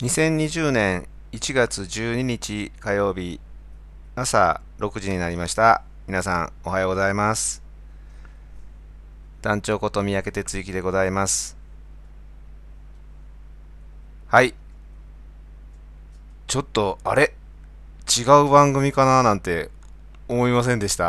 2020年1月12日火曜日朝6時になりました。皆さんおはようございます。団長こと三宅哲之でございます。はい。ちょっと違う番組かななんて思いませんでした？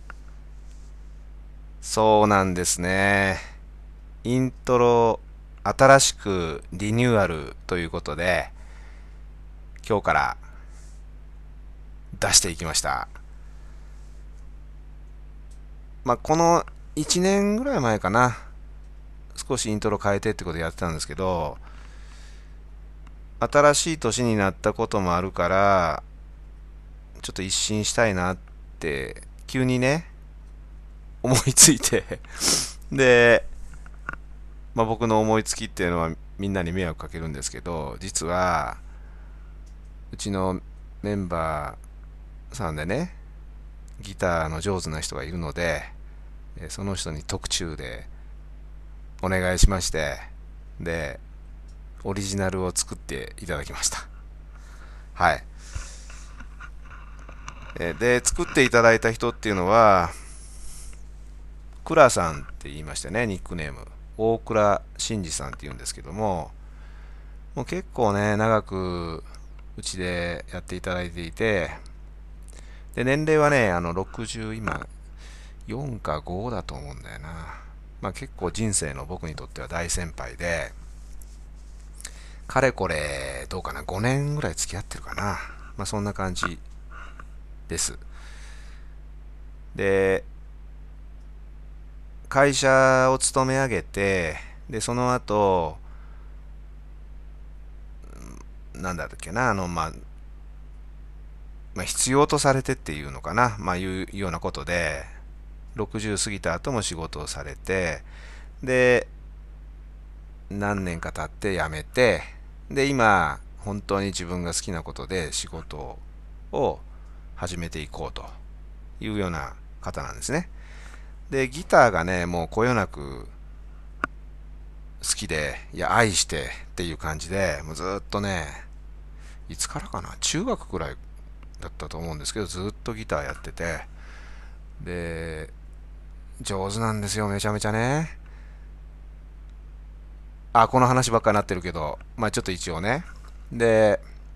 そうなんですね。イントロ新しくリニューアルということで今日から出していきました。この1年ぐらい前かな、少しイントロ変えてってことでやってたんですけど、新しい年になったこともあるからちょっと一新したいなって急にね思いついてで、僕の思いつきっていうのはみんなに迷惑かけるんですけど、実はうちのメンバーさんでね、ギターの上手な人がいるので、その人に特注でお願いしまして、でオリジナルを作っていただきました。はい。で作っていただいた人っていうのはクラさんって言いましてね、ニックネーム大倉慎二さんって言うんですけども、もう結構ね長くうちでやっていただいていて、で年齢はね60、今4か5だと思うんだよな。結構人生の僕にとっては大先輩で、かれこれどうかな、5年ぐらい付き合ってるかな。そんな感じです。で会社を勤め上げて、でその後なんだっけな、必要とされてっていうのかな、いうようなことで60過ぎた後も仕事をされて、で何年か経って辞めて、で今本当に自分が好きなことで仕事を始めていこうというような方なんですね。でギターがねもうこよなく好きで、いや愛してっていう感じで、もうずっとね、いつからかな、中学くらいだったと思うんですけど、ずっとギターやってて、で上手なんですよ、めちゃめちゃね。この話ばっかりなってるけど、ちょっと一応ね。で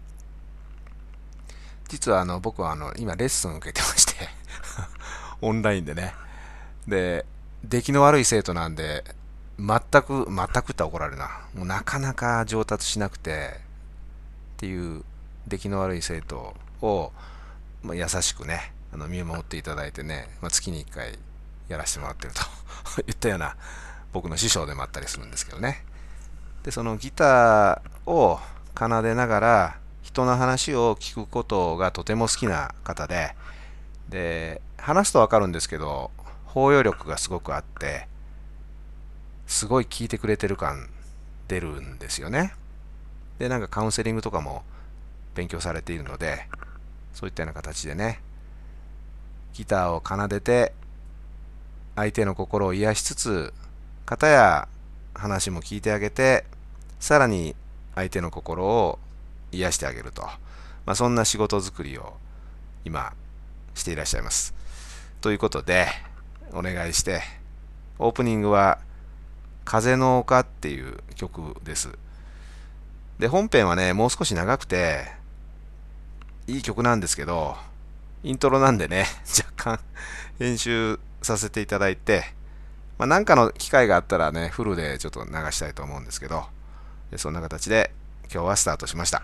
実は僕は今レッスンを受けてましてオンラインでね。で出来の悪い生徒なんで、全くって言ったら怒られるな、もうなかなか上達しなくてっていう出来の悪い生徒を、優しくね見守っていただいてね、月に1回やらせてもらってるといったような僕の師匠でもあったりするんですけどね。でそのギターを奏でながら人の話を聞くことがとても好きな方で、話すとわかるんですけど包容力がすごくあって、すごい聞いてくれてる感出るんですよね。でなんかカウンセリングとかも勉強されているので、そういったような形でねギターを奏でて相手の心を癒しつつ、片や話も聞いてあげて、さらに相手の心を癒してあげると、そんな仕事作りを今していらっしゃいます。ということでお願いして、オープニングは風の丘っていう曲です。で本編はねもう少し長くていい曲なんですけど、イントロなんでね若干編集させていただいて、なんかの機会があったらねフルでちょっと流したいと思うんですけど、そんな形で今日はスタートしました。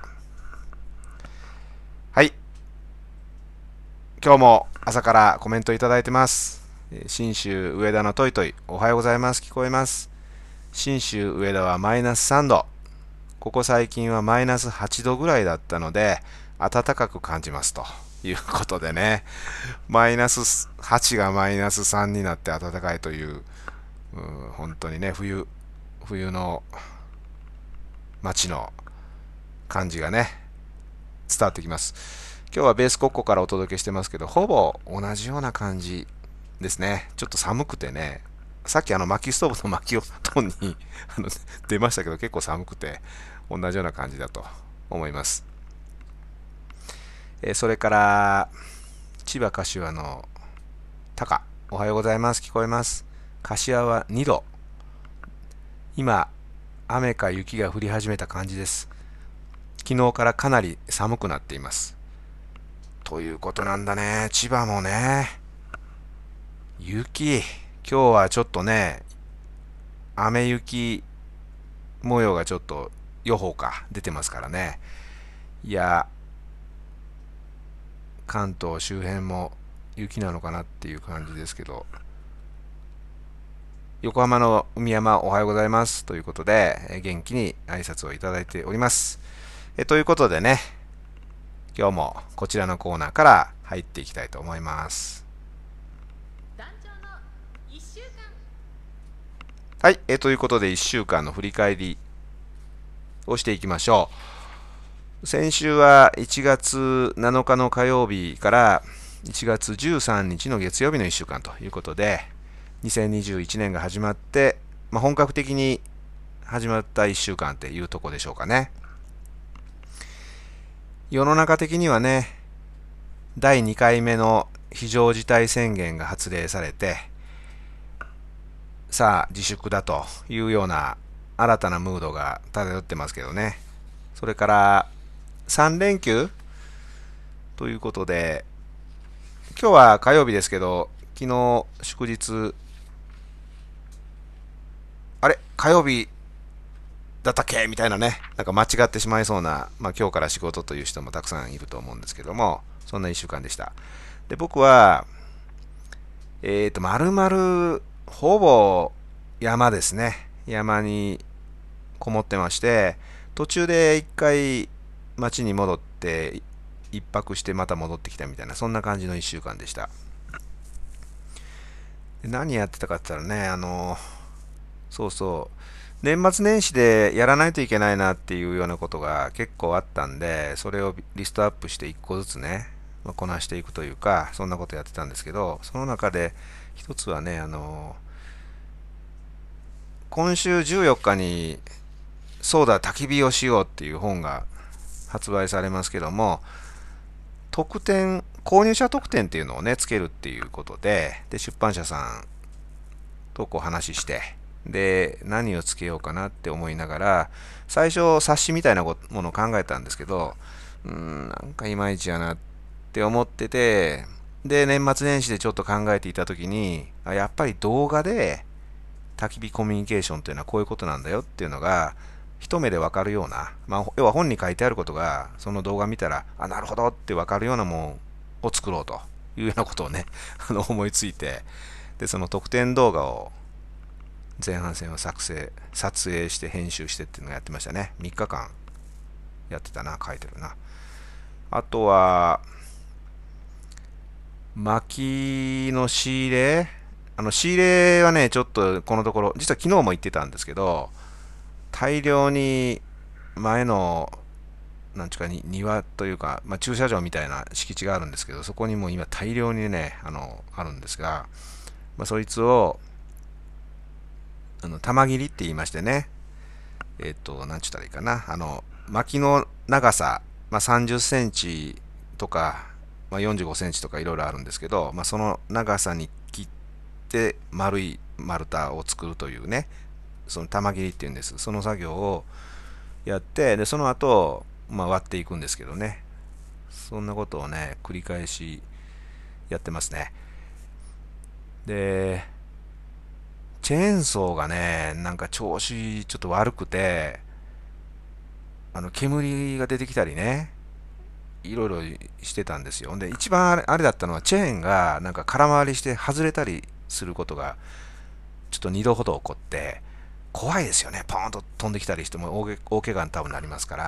はい、今日も朝からコメントいただいてます。信州上田のトイトイ、おはようございます、聞こえます。信州上田はマイナス3度、ここ最近はマイナス8度ぐらいだったので暖かく感じますということでね、マイナス8がマイナス3になって暖かいという、本当にね冬の街の感じがね伝わってきます。今日はベースコッコからお届けしてますけど、ほぼ同じような感じですね。ちょっと寒くてね、さっき薪ストーブの薪をトンに出ましたけど、結構寒くて同じような感じだと思います。それから千葉柏のタカ、おはようございます。聞こえます。柏は2度。今雨か雪が降り始めた感じです。昨日からかなり寒くなっています。ということなんだね。千葉もね、雪。今日はちょっとね、雨雪模様がちょっと予報か出てますからね。いや、関東周辺も雪なのかなっていう感じですけど、横浜の海山おはようございますということで、元気に挨拶をいただいております。ということでね、今日もこちらのコーナーから入っていきたいと思います。団長の1週間。はい、ということで1週間の振り返りをしていきましょう。先週は1月7日の火曜日から1月13日の月曜日の1週間ということで、2021年が始まって、本格的に始まった1週間っていうとこでしょうかね。世の中的にはね、第2回目の非常事態宣言が発令されて、さあ自粛だというような新たなムードが漂ってますけどね。それから3連休ということで、今日は火曜日ですけど、昨日祝日、あれ火曜日だったっけみたいなね、なんか間違ってしまいそうな、今日から仕事という人もたくさんいると思うんですけども、そんな1週間でした。で、僕は、まるまるほぼ山ですね。山にこもってまして、途中で一回町に戻って一泊してまた戻ってきたみたいな、そんな感じの1週間でした。で、何やってたかって言ったらね、そうそう、年末年始でやらないといけないなっていうようなことが結構あったんで、それをリストアップして1個ずつね、こなしていくというか、そんなことやってたんですけど、その中で一つはね、今週14日にそうだ焚き火をしようっていう本が発売されますけども、特典、購入者特典っていうのをね、つけるっていうことで、出版社さんとこう話して、で、何をつけようかなって思いながら、最初冊子みたいなものを考えたんですけど、なんかいまいちやなって思ってて、で、年末年始でちょっと考えていたときに、やっぱり動画で焚き火コミュニケーションっていうのはこういうことなんだよっていうのが、一目でわかるような、要は本に書いてあることが、その動画見たら、なるほどってわかるようなものを作ろうというようなことをね、思いついて、で、その特典動画を前半戦を撮影して編集してっていうのをやってましたね。3日間やってたな、書いてるな。あとは、薪の仕入れ。仕入れはね、ちょっとこのところ、実は昨日も言ってたんですけど、大量に前の、なんちゅうかに庭というか、駐車場みたいな敷地があるんですけど、そこにも今大量にね、あるんですが、そいつを、玉切りって言いましてね、なんちゅったらいいかな、薪の長さ、30センチとか、45センチとかいろいろあるんですけど、その長さに切って丸い丸太を作るというね、その玉切りっていうんです。その作業をやって、で、その後、割っていくんですけどね。そんなことをね、繰り返しやってますね。で、チェーンソーがね、なんか調子ちょっと悪くて、煙が出てきたりね、いろいろしてたんですよ。で、一番あれだったのは、チェーンがなんか空回りして外れたりすることが、ちょっと2度ほど起こって、怖いですよね。ポーンと飛んできたりしても大怪我に多分なりますから。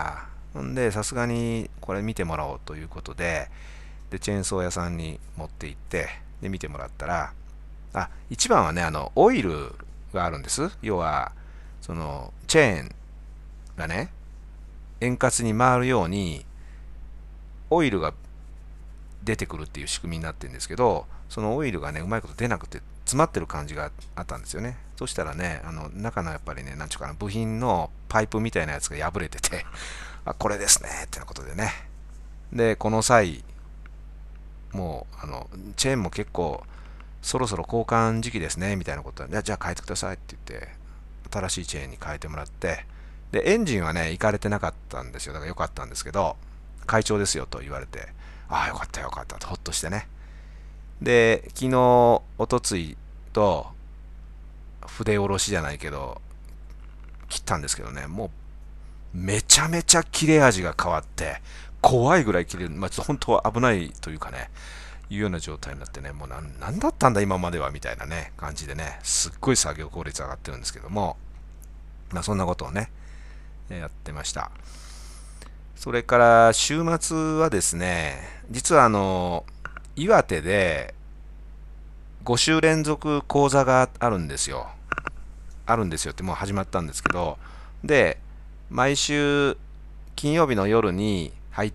んで、さすがにこれ見てもらおうということで、チェーンソー屋さんに持って行って、で、見てもらったら、一番はね、オイルがあるんです。要は、その、チェーンがね、円滑に回るように、オイルが出てくるっていう仕組みになってるんですけど、そのオイルがね、うまいこと出なくて詰まってる感じがあったんですよね。そしたらね、中のやっぱりね、なんちゅうかな、部品のパイプみたいなやつが破れてて、あ、これですねってなことでね。で、この際、もう、チェーンも結構、そろそろ交換時期ですね、みたいなことで、じゃあ変えてくださいって言って、新しいチェーンに変えてもらって、で、エンジンはね、行かれてなかったんですよ。だから良かったんですけど、会長ですよと言われて、ああ、よかったよかったと、ほっとしてね。で、昨日、おとついと、筆下ろしじゃないけど、切ったんですけどね、もう、めちゃめちゃ切れ味が変わって、怖いぐらい切れる、まあ、本当は危ないというかね、いうような状態になってね、もうなんだったんだ今まではみたいなね、感じでね、すっごい作業効率上がってるんですけども、まあそんなことをね、やってました。それから週末はですね、実は岩手で5週連続講座があるんですよ。あるんですよってもう始まったんですけど、で、毎週金曜日の夜に入って、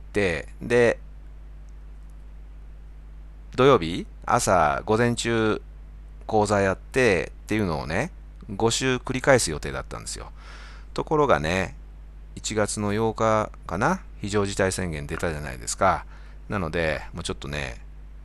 で、土曜日朝午前中講座やってっていうのをね、5週繰り返す予定だったんですよ。ところがね、1月の8日かな、非常事態宣言出たじゃないですか。なので、もうちょっとね、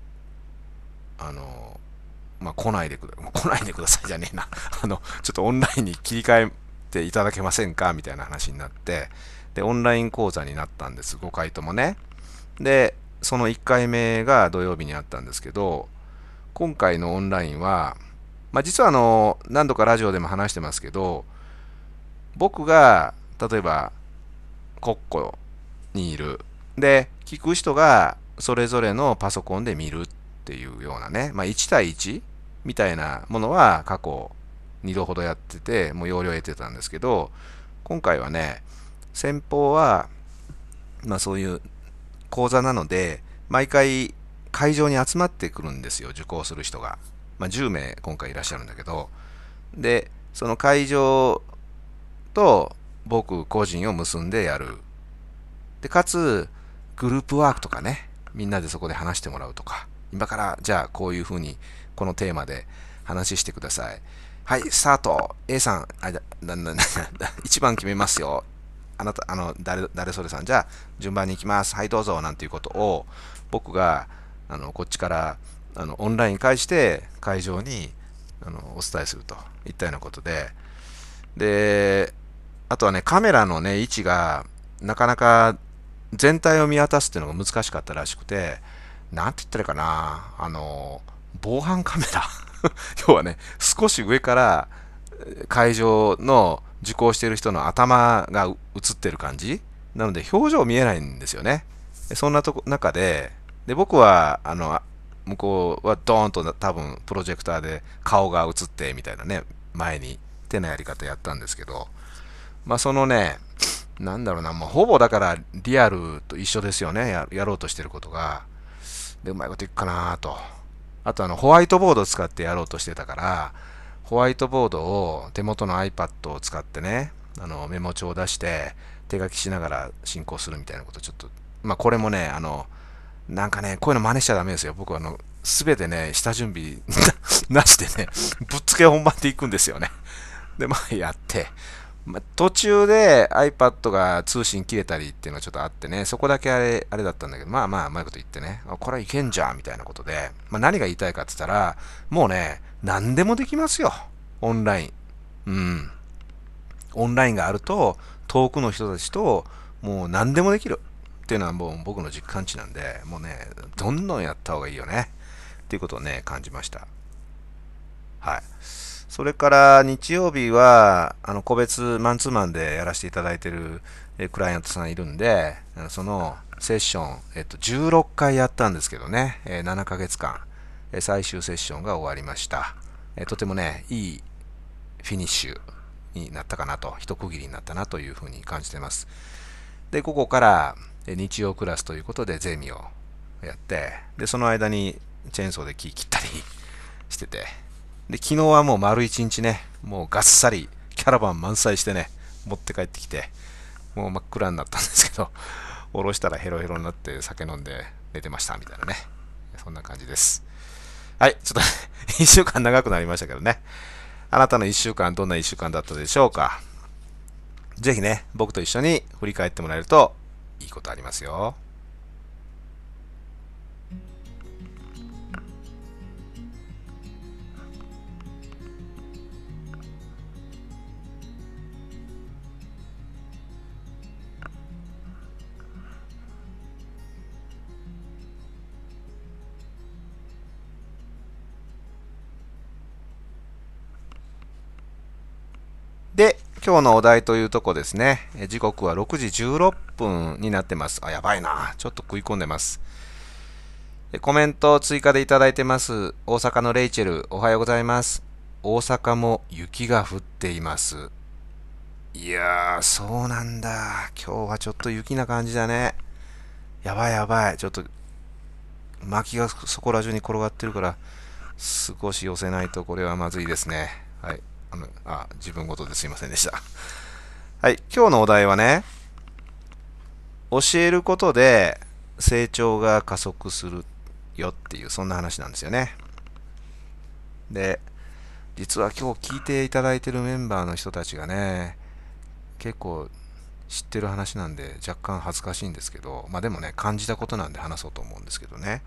まあ、来ないでくださいじゃねえな。ちょっとオンラインに切り替えていただけませんかみたいな話になって、で、オンライン講座になったんです、5回ともね。で、その1回目が土曜日にあったんですけど、今回のオンラインは、まあ、実は何度かラジオでも話してますけど、僕が、例えば、コッコにいる。で、聞く人がそれぞれのパソコンで見るっていうようなね、まあ、1対1みたいなものは過去2度ほどやってて、もう要領を得てたんですけど、今回はね、先方は、まあそういう講座なので、毎回会場に集まってくるんですよ、受講する人が。まあ10名今回いらっしゃるんだけど、で、その会場と僕個人を結んでやる。で、かつ、グループワークとかね、みんなでそこで話してもらうとか、今からじゃあこういうふうにこのテーマで話してください。はい、スタート。A さん、1番決めますよ。あなた、誰それさん、じゃあ順番に行きます。はい、どうぞ、なんていうことを僕が、こっちから、オンライン介して会場に、お伝えするといったようなことで、で、あとはね、カメラのね、位置が、なかなか全体を見渡すっていうのが難しかったらしくて、なんて言ったらいいかな、防犯カメラ要はね、少し上から会場の受講している人の頭が映ってる感じなので、表情見えないんですよね。そんな中で、僕は、向こうはドーンと多分プロジェクターで顔が映ってみたいなね、前に手のやり方やったんですけど、まあそのね、なんだろうな、もうほぼだからリアルと一緒ですよね、やろうとしてることが。で、うまいこといくかなと。あとホワイトボードを使ってやろうとしてたから、ホワイトボードを手元の iPad を使ってね、メモ帳を出して手書きしながら進行するみたいなことちょっと、まあこれもね、なんかね、こういうの真似しちゃダメですよ。僕はすべてね、下準備なしでね、ぶっつけ本番で行くんですよね。で、まあやって、まあ、途中で iPad が通信切れたりっていうのがちょっとあってね、そこだけあれだったんだけど、まあまあ、うまいこと言ってね、これはいけんじゃんみたいなことで、まあ何が言いたいかって言ったら、もうね、何でもできますよ。オンライン。うん。オンラインがあると、遠くの人たちと、もう何でもできる。っていうのはもう僕の実感値なんで、もうね、どんどんやった方がいいよね。っていうことをね、感じました。はい。それから日曜日は、個別マンツーマンでやらせていただいているクライアントさんいるんで、そのセッション、16回やったんですけどね、7ヶ月間、最終セッションが終わりました。とてもね、いいフィニッシュになったかなと、一区切りになったなというふうに感じています。で、ここから日曜クラスということでゼミをやって、で、その間にチェーンソーで木切ったりしてて、で、昨日はもう丸一日ね、もうがっさりキャラバン満載してね、持って帰ってきて、もう真っ暗になったんですけど、下ろしたらヘロヘロになって酒飲んで寝てましたみたいなね。 そんな感じです。はい、ちょっと1週間長くなりましたけどね。あなたの1週間、どんな1週間だったでしょうか。ぜひね、僕と一緒に振り返ってもらえるといいことありますよ。で、今日のお題というとこですね。時刻は6時16分になってます。あ、やばいな。ちょっと食い込んでます。コメント追加でいただいてます。大阪のレイチェル、おはようございます。大阪も雪が降っています。いやー、そうなんだ。今日はちょっと雪な感じだね。やばいやばい。ちょっと薪がそこら中に転がってるから、少し寄せないとこれはまずいですね。はい。自分ごとですいませんでした。はい。今日のお題はね、教えることで成長が加速するよっていう、そんな話なんですよね。で、実は今日聞いていただいているメンバーの人たちがね、結構知ってる話なんで若干恥ずかしいんですけど、まあでもね、感じたことなんで話そうと思うんですけどね。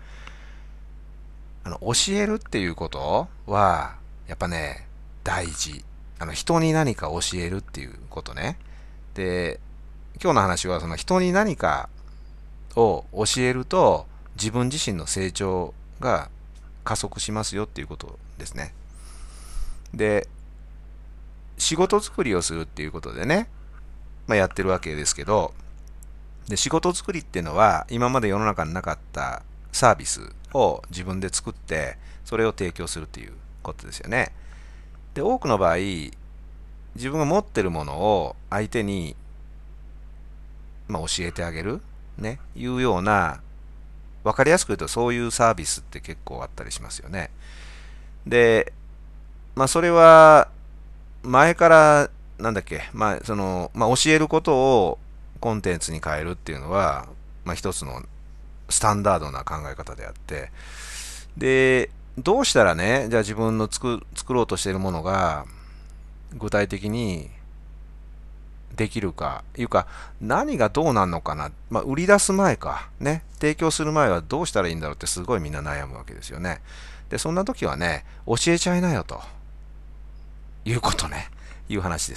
教えるっていうことは、やっぱね、大事。人に何か教えるっていうことね。で、今日の話は、その人に何かを教えると、自分自身の成長が加速しますよっていうことですね。で、仕事作りをするっていうことでね、まあ、やってるわけですけど、で、仕事作りっていうのは、今まで世の中になかったサービスを自分で作って、それを提供するっていうことですよね。で、多くの場合、自分が持ってるものを相手に、まあ、教えてあげる、ね、いうような、わかりやすく言うとそういうサービスって結構あったりしますよね。で、まあ、それは、前から、なんだっけ、まあ、教えることをコンテンツに変えるっていうのは、まあ、一つのスタンダードな考え方であって、で、どうしたらね、じゃあ自分の作ろうとしているものが、具体的にできるか、いうか、何がどうなんのかな、まあ、売り出す前か、ね、提供する前はどうしたらいいんだろうってすごいみんな悩むわけですよね。で、そんな時はね、教えちゃいなよということね、いう話です。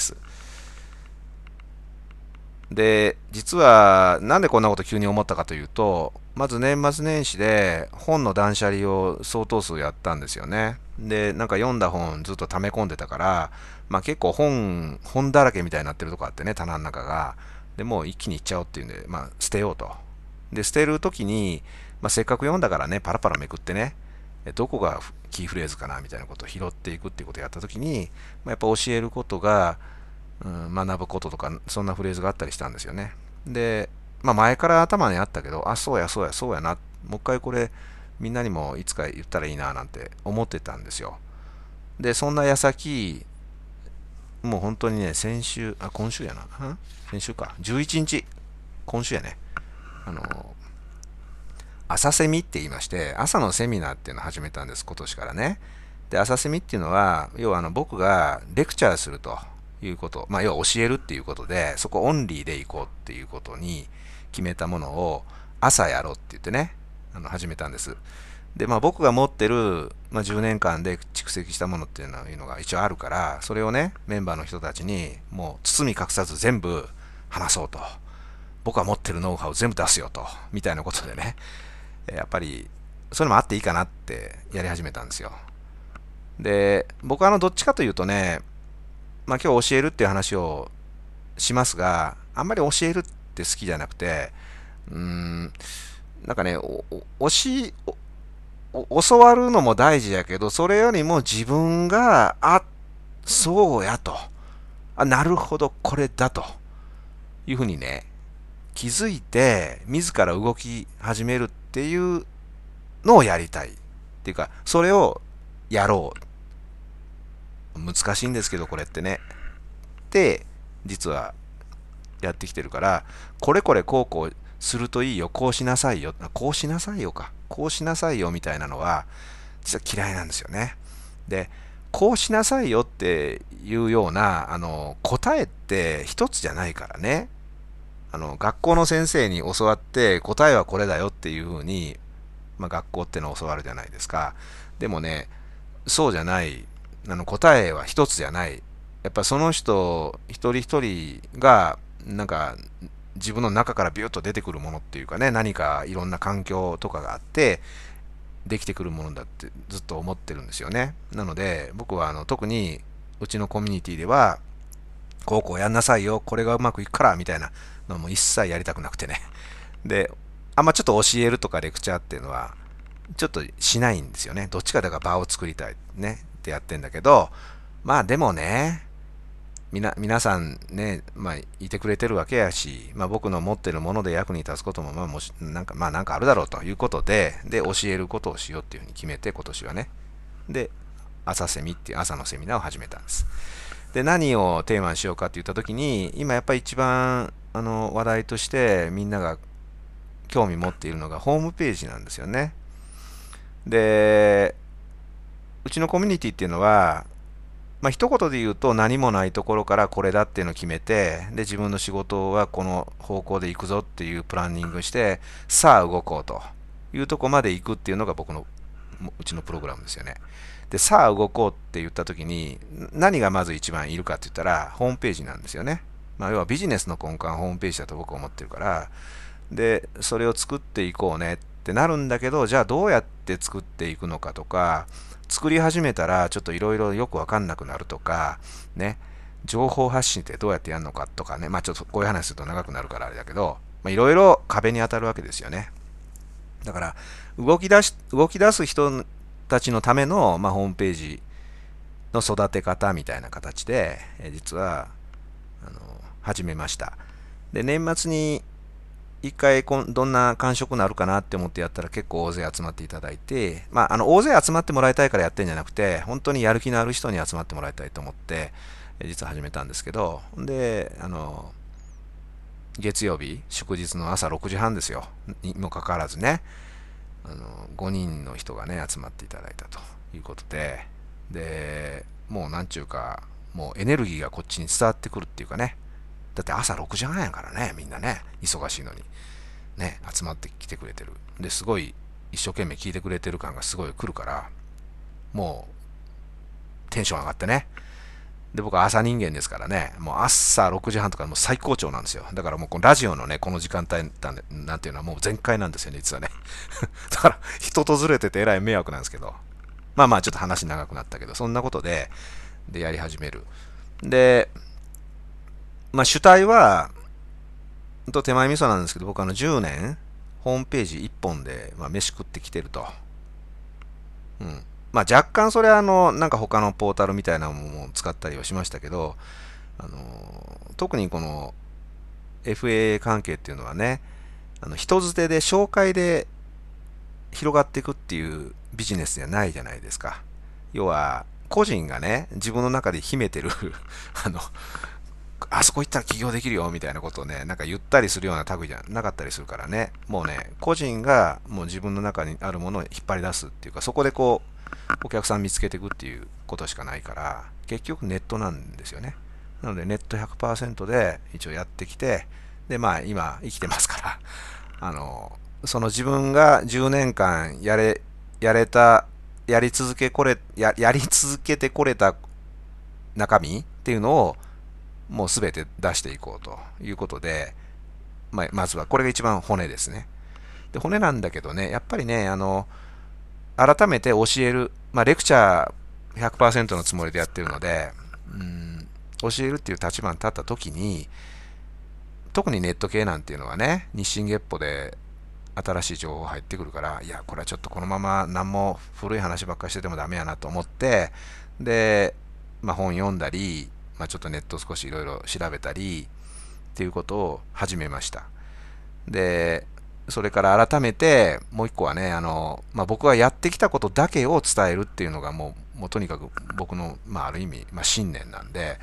で、実は、なんでこんなこと急に思ったかというと、まず年末年始で本の断捨離を相当数やったんですよね。で、なんか読んだ本ずっと溜め込んでたから、まあ結構本だらけみたいになってるとこあってね、棚の中が。で、もう一気にいっちゃおうっていうんで、まあ捨てようと。で、捨てるときに、まあせっかく読んだからね、パラパラめくってね、どこがキーフレーズかなみたいなことを拾っていくっていうことをやったときに、まあ、やっぱ教えることが、学ぶこととか、そんなフレーズがあったりしたんですよね。で、まあ前から頭にあったけど、あ、そうや、そうや、そうやな、もう一回これ、みんなにもいつか言ったらいいななんて思ってたんですよ。で、そんな矢先、もう本当にね、今週やな。先週か。11日、今週やね。あの、朝セミって言いまして、朝のセミナーっていうのを始めたんです、今年からね。で、朝セミっていうのは、要は僕がレクチャーするということ、まあ、要は教えるっていうことで、そこオンリーで行こうっていうことに決めたものを朝やろうって言ってね、始めたんです。で、まあ僕が持ってる、まあ、10年間で蓄積したものっていうのが一応あるから、それをね、メンバーの人たちにもう包み隠さず全部話そうと。僕が持ってるノウハウ全部出すよと。みたいなことでね、やっぱり、それもあっていいかなってやり始めたんですよ。で、僕はどっちかというとね、まあ今日教えるっていう話をしますが、あんまり教えるって好きじゃなくて、なんかね、教わるのも大事やけど、それよりも自分が、そうやと。なるほど、これだというふうにね、気づいて、自ら動き始めるっていうのをやりたい。っていうか、それをやろう。難しいんですけど、これってね。で、実はやってきてるから、これこれこうこうするといいよ、こうしなさいよ、こうしなさいよか、こうしなさいよみたいなのは、実は嫌いなんですよね。で、こうしなさいよっていうような、答えって一つじゃないからね。学校の先生に教わって答えはこれだよっていうふうに、学校ってのを教わるじゃないですか。でもね、そうじゃない、答えは一つじゃない。やっぱその人一人一人が、自分の中からビュッと出てくるものっていうかね、何かいろんな環境とかがあって、できてくるものだってずっと思ってるんですよね。なので、僕は特にうちのコミュニティでは、こうやんなさいよ、これがうまくいくから、みたいなのも一切やりたくなくてね。で、ちょっと教えるとかレクチャーっていうのは、ちょっとしないんですよね。どっちかだから場を作りたいねってやってんだけど、でもね、皆さんね、いてくれてるわけやし、僕の持ってるもので役に立つことも、もし、なんかあるだろうということで、教えることをしようっていうふうに決めて、今年はね。で、朝セミっていう朝のセミナーを始めたんです。で、何をテーマにしようかって言ったときに、今やっぱり一番、話題としてみんなが興味持っているのがホームページなんですよね。で、うちのコミュニティっていうのは、一言で言うと何もないところからこれだっていうのを決めて、で、自分の仕事はこの方向で行くぞっていうプランニングして、さあ動こうというところまで行くっていうのがうちのプログラムですよね。で、さあ動こうって言った時に、何がまず一番いるかって言ったら、ホームページなんですよね。要はビジネスの根幹はホームページだと僕は思ってるから、で、それを作っていこうねってなるんだけど、じゃあどうやって作っていくのかとか、作り始めたらちょっといろいろよくわかんなくなるとか、ね、情報発信ってどうやってやるのかとかね、ちょっとこういう話すると長くなるからあれだけど、いろいろ壁に当たるわけですよね。だから、動き出す人たちのための、ホームページの育て方みたいな形で、実は、始めました。で、年末に一回どんな感触になるかなって思ってやったら結構大勢集まっていただいて、大勢集まってもらいたいからやってんじゃなくて、本当にやる気のある人に集まってもらいたいと思って、実は始めたんですけど、で、月曜日、祝日の朝6時半ですよ。にもかかわらずね、5人の人がね、集まっていただいたということで、で、もうなんちゅうか、もうエネルギーがこっちに伝わってくるっていうかね、だって朝6時半やからね、みんなね、忙しいのに。ね、集まってきてくれてる。で、すごい一生懸命聞いてくれてる感がすごい来るから、もうテンション上がってね。で、僕は朝人間ですからね、もう朝6時半とかもう最高潮なんですよ。だからもうこのラジオのね、この時間帯なんていうのはもう全開なんですよね、実はね。だから人とずれててえらい迷惑なんですけど。ちょっと話長くなったけど、そんなことでやり始める。で、主体は、手前味噌なんですけど、僕10年、ホームページ1本で、飯食ってきてると。うん。若干それはなんか他のポータルみたいなものを使ったりはしましたけど、特にこの FA 関係っていうのはね、人づてで紹介で広がっていくっていうビジネスじゃないじゃないですか。要は、個人がね、自分の中で秘めてるあそこ行ったら起業できるよみたいなことをね、なんか言ったりするような類じゃなかったりするからね、もうね、個人がもう自分の中にあるものを引っ張り出すっていうか、そこでこう、お客さん見つけていくっていうことしかないから、結局ネットなんですよね。なのでネット100%で一応やってきて、で、今生きてますから、その自分が10年間やれた、やり続けてこれた中身っていうのを、もうすべて出していこうということで、まずはこれが一番骨ですね。で、骨なんだけどね、やっぱりね、改めて教える、レクチャー100%のつもりでやってるので、教えるっていう立場に立った時に、特にネット系なんていうのはね、日進月歩で新しい情報入ってくるから、いや、これはちょっとこのまま何も古い話ばっかりしててもダメやなと思って、で、本読んだり、ちょっとネット少しいろいろ調べたりっていうことを始めました。で、それから改めてもう一個はね、僕がやってきたことだけを伝えるっていうのがもうとにかく僕の、ある意味、信念なんで、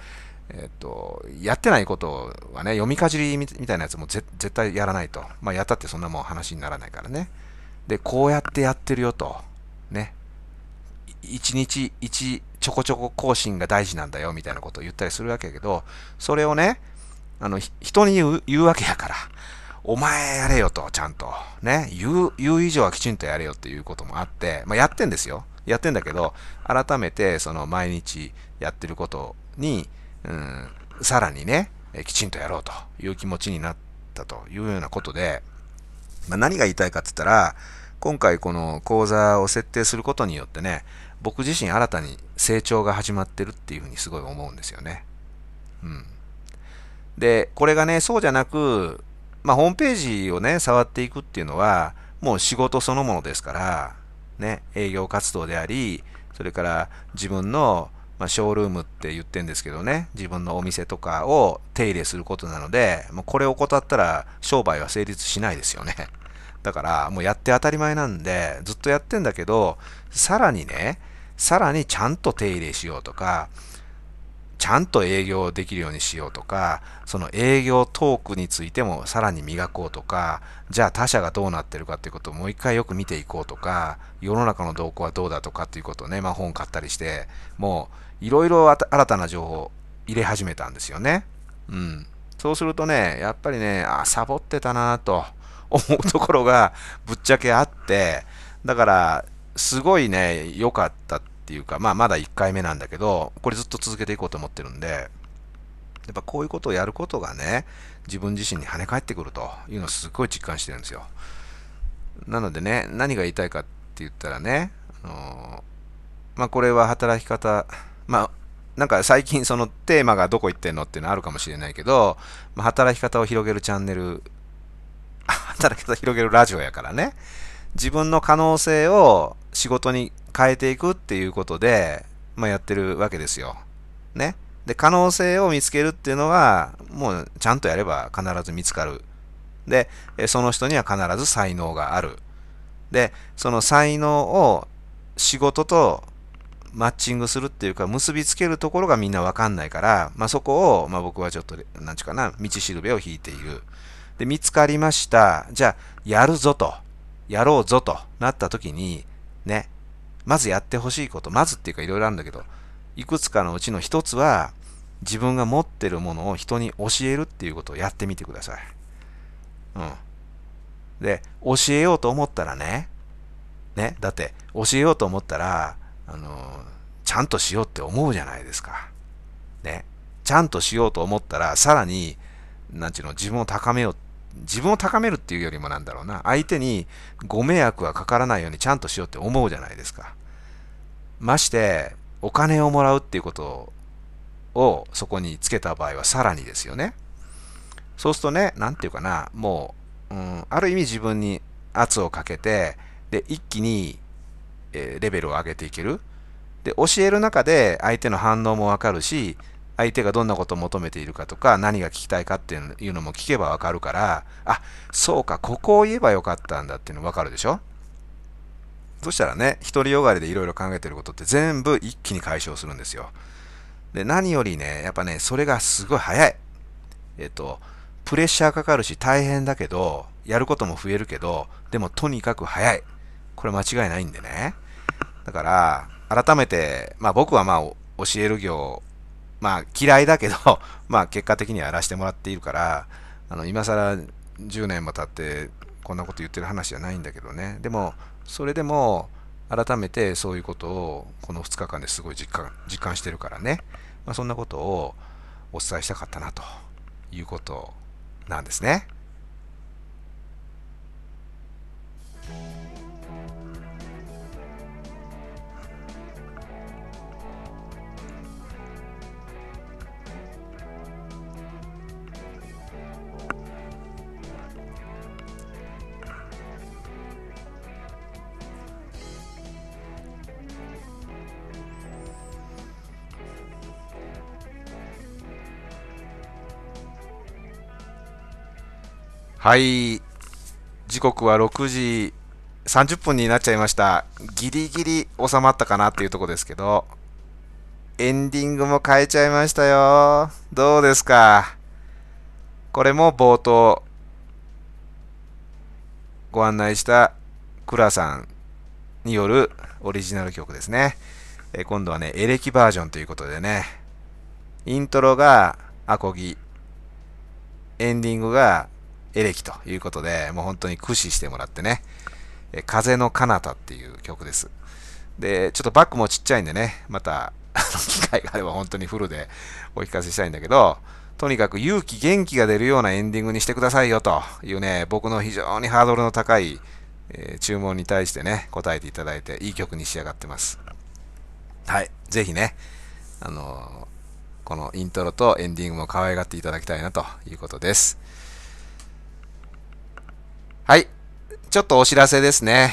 やってないことはね、読みかじりみたいなやつも絶対やらないと。まあ、やったってそんなもん話にならないからね。で、こうやってやってるよと。ね。一日一ちょこちょこ更新が大事なんだよみたいなことを言ったりするわけやけど、それをね、人に言うわけやから、お前やれよと、ちゃんと。ね。言う以上はきちんとやれよっていうこともあって、まあ、やってんですよ。やってんだけど、改めて、その毎日やってることに、さらにね、きちんとやろうという気持ちになったというようなことで、まあ、何が言いたいかって言ったら、今回この講座を設定することによってね、僕自身新たに成長が始まってるっていうふうにすごい思うんですよね。うん。で、これがね、そうじゃなく、まあ、ホームページをね、触っていくっていうのは、もう仕事そのものですから、ね、営業活動であり、それから自分の、まあ、ショールームって言ってんですけどね、自分のお店とかを手入れすることなので、もうこれを怠ったら商売は成立しないですよね。だから、もうやって当たり前なんで、ずっとやってんだけど、さらにね、さらにちゃんと手入れしようとか、ちゃんと営業できるようにしようとか、その営業トークについてもさらに磨こうとか、じゃあ他社がどうなってるかっていうことをもう一回よく見ていこうとか、世の中の動向はどうだとかっていうことをね、まあ本買ったりして、もういろいろ新たな情報を入れ始めたんですよね。うん。そうするとね、やっぱりね、サボってたなと思うところがぶっちゃけあって、だから、すごいね、良かったっていうか、まあまだ1回目なんだけど、これずっと続けていこうと思ってるんで、やっぱこういうことをやることがね、自分自身に跳ね返ってくるというのをすごい実感してるんですよ。なのでね、何が言いたいかって言ったらね、まあこれは働き方、まあなんか最近そのテーマがどこ行ってんのっていうのはあるかもしれないけど、まあ、働き方を広げるチャンネル、働き方を広げるラジオやからね、自分の可能性を仕事に変えていくっていうことで、まあ、やってるわけですよ。ね。で、可能性を見つけるっていうのは、もうちゃんとやれば必ず見つかる。で、その人には必ず才能がある。で、その才能を仕事とマッチングするっていうか、結びつけるところがみんなわかんないから、まあ、そこを、まあ、僕はちょっと、なんちゅうかな、道しるべを引いている。で、見つかりました。じゃあ、やるぞと。やろうぞとなった時に、ね、まずやってほしいこと、まずっていうかいろいろあるんだけど、いくつかのうちの一つは、自分が持ってるものを人に教えるっていうことをやってみてください。うん。で、教えようと思ったらね、だって教えようと思ったら、ちゃんとしようって思うじゃないですか。ね。ちゃんとしようと思ったら、さらに、なんちゅうの、自分を高めるっていうよりもなんだろうな、相手にご迷惑がかからないようにちゃんとしようって思うじゃないですか。まして、お金をもらうっていうことをそこにつけた場合はさらにですよね。そうするとね、なんていうかな、もう、ある意味自分に圧をかけて、で、一気に、レベルを上げていける。で、教える中で相手の反応もわかるし、相手がどんなことを求めているかとか、何が聞きたいかっていうのも聞けばわかるから、あ、そうか、ここを言えばよかったんだっていうのわかるでしょ。そしたらね、独りよがりでいろいろ考えてることって全部一気に解消するんですよ。で、何よりね、やっぱね、それがすごい早い。プレッシャーかかるし大変だけど、やることも増えるけど、でもとにかく早い。これ間違いないんでね。だから、改めて、まあ僕はまあ教える業、まあ嫌いだけど、まあ結果的にはやらせてもらっているから、今更10年も経ってこんなこと言ってる話じゃないんだけどね。でも、それでも改めてそういうことをこの2日間ですごい実感してるからね。まあそんなことをお伝えしたかったなということなんですね。はい、時刻は6時30分になっちゃいました。ギリギリ収まったかなっていうところですけど、 エンディングも変えちゃいましたよ。どうですか？これも冒頭ご案内したクラさんによるオリジナル曲ですね。今度はね、エレキバージョンということでね、イントロがアコギ、エンディングがエレキということで、もう本当に駆使してもらってね、風の彼方っていう曲です。で、ちょっとバックもちっちゃいんでね、また、機会があれば本当にフルでお聞かせしたいんだけど、とにかく勇気、元気が出るようなエンディングにしてくださいよというね、僕の非常にハードルの高い、注文に対してね、答えていただいて、いい曲に仕上がってます。はい。ぜひね、このイントロとエンディングも可愛がっていただきたいなということです。はい。ちょっとお知らせですね。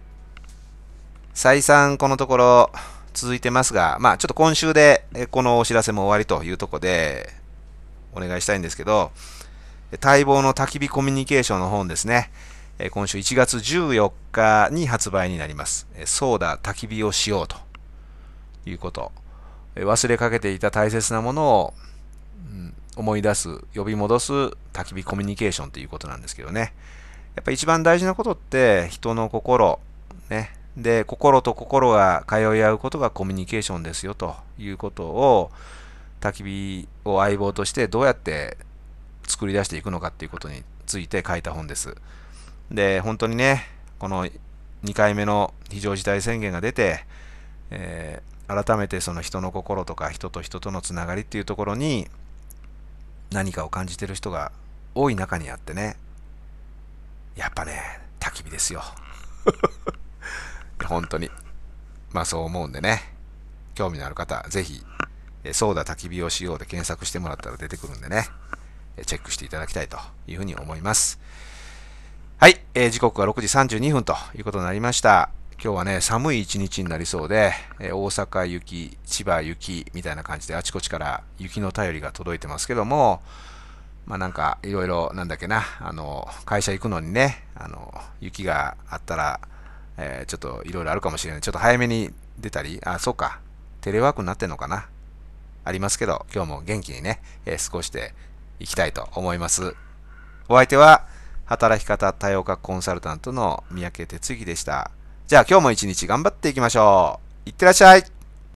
再三このところ続いてますが、まあちょっと今週でこのお知らせも終わりというところでお願いしたいんですけど、待望の焚き火コミュニケーションの本ですね。今週1月14日に発売になります。そうだ、焚き火をしようということ。忘れかけていた大切なものを、思い出す、呼び戻す焚き火コミュニケーションということなんですけどね。やっぱ一番大事なことって人の心、ね。で、心と心が通い合うことがコミュニケーションですよということを、焚き火を相棒としてどうやって作り出していくのかっていうことについて書いた本です。で、本当にね、この2回目の非常事態宣言が出て、改めてその人の心とか人と人とのつながりっていうところに何かを感じてる人が多い中にあってね、やっぱね、焚き火ですよ。本当に。まあそう思うんでね、興味のある方、ぜひ、そうだ焚き火をしようで検索してもらったら出てくるんでね、チェックしていただきたいというふうに思います。はい、時刻は6時32分ということになりました。今日はね、寒い一日になりそうで、大阪雪、千葉雪みたいな感じであちこちから雪の便りが届いてますけども、まあなんかいろいろなんだっけな、会社行くのにね、雪があったら、ちょっといろいろあるかもしれない。ちょっと早めに出たり、あ、そうか、テレワークになってんのかな。ありますけど、今日も元気にね、過ごしていきたいと思います。お相手は、働き方多様化コンサルタントの三宅哲之でした。じゃあ今日も一日頑張っていきましょう。いってらっしゃい。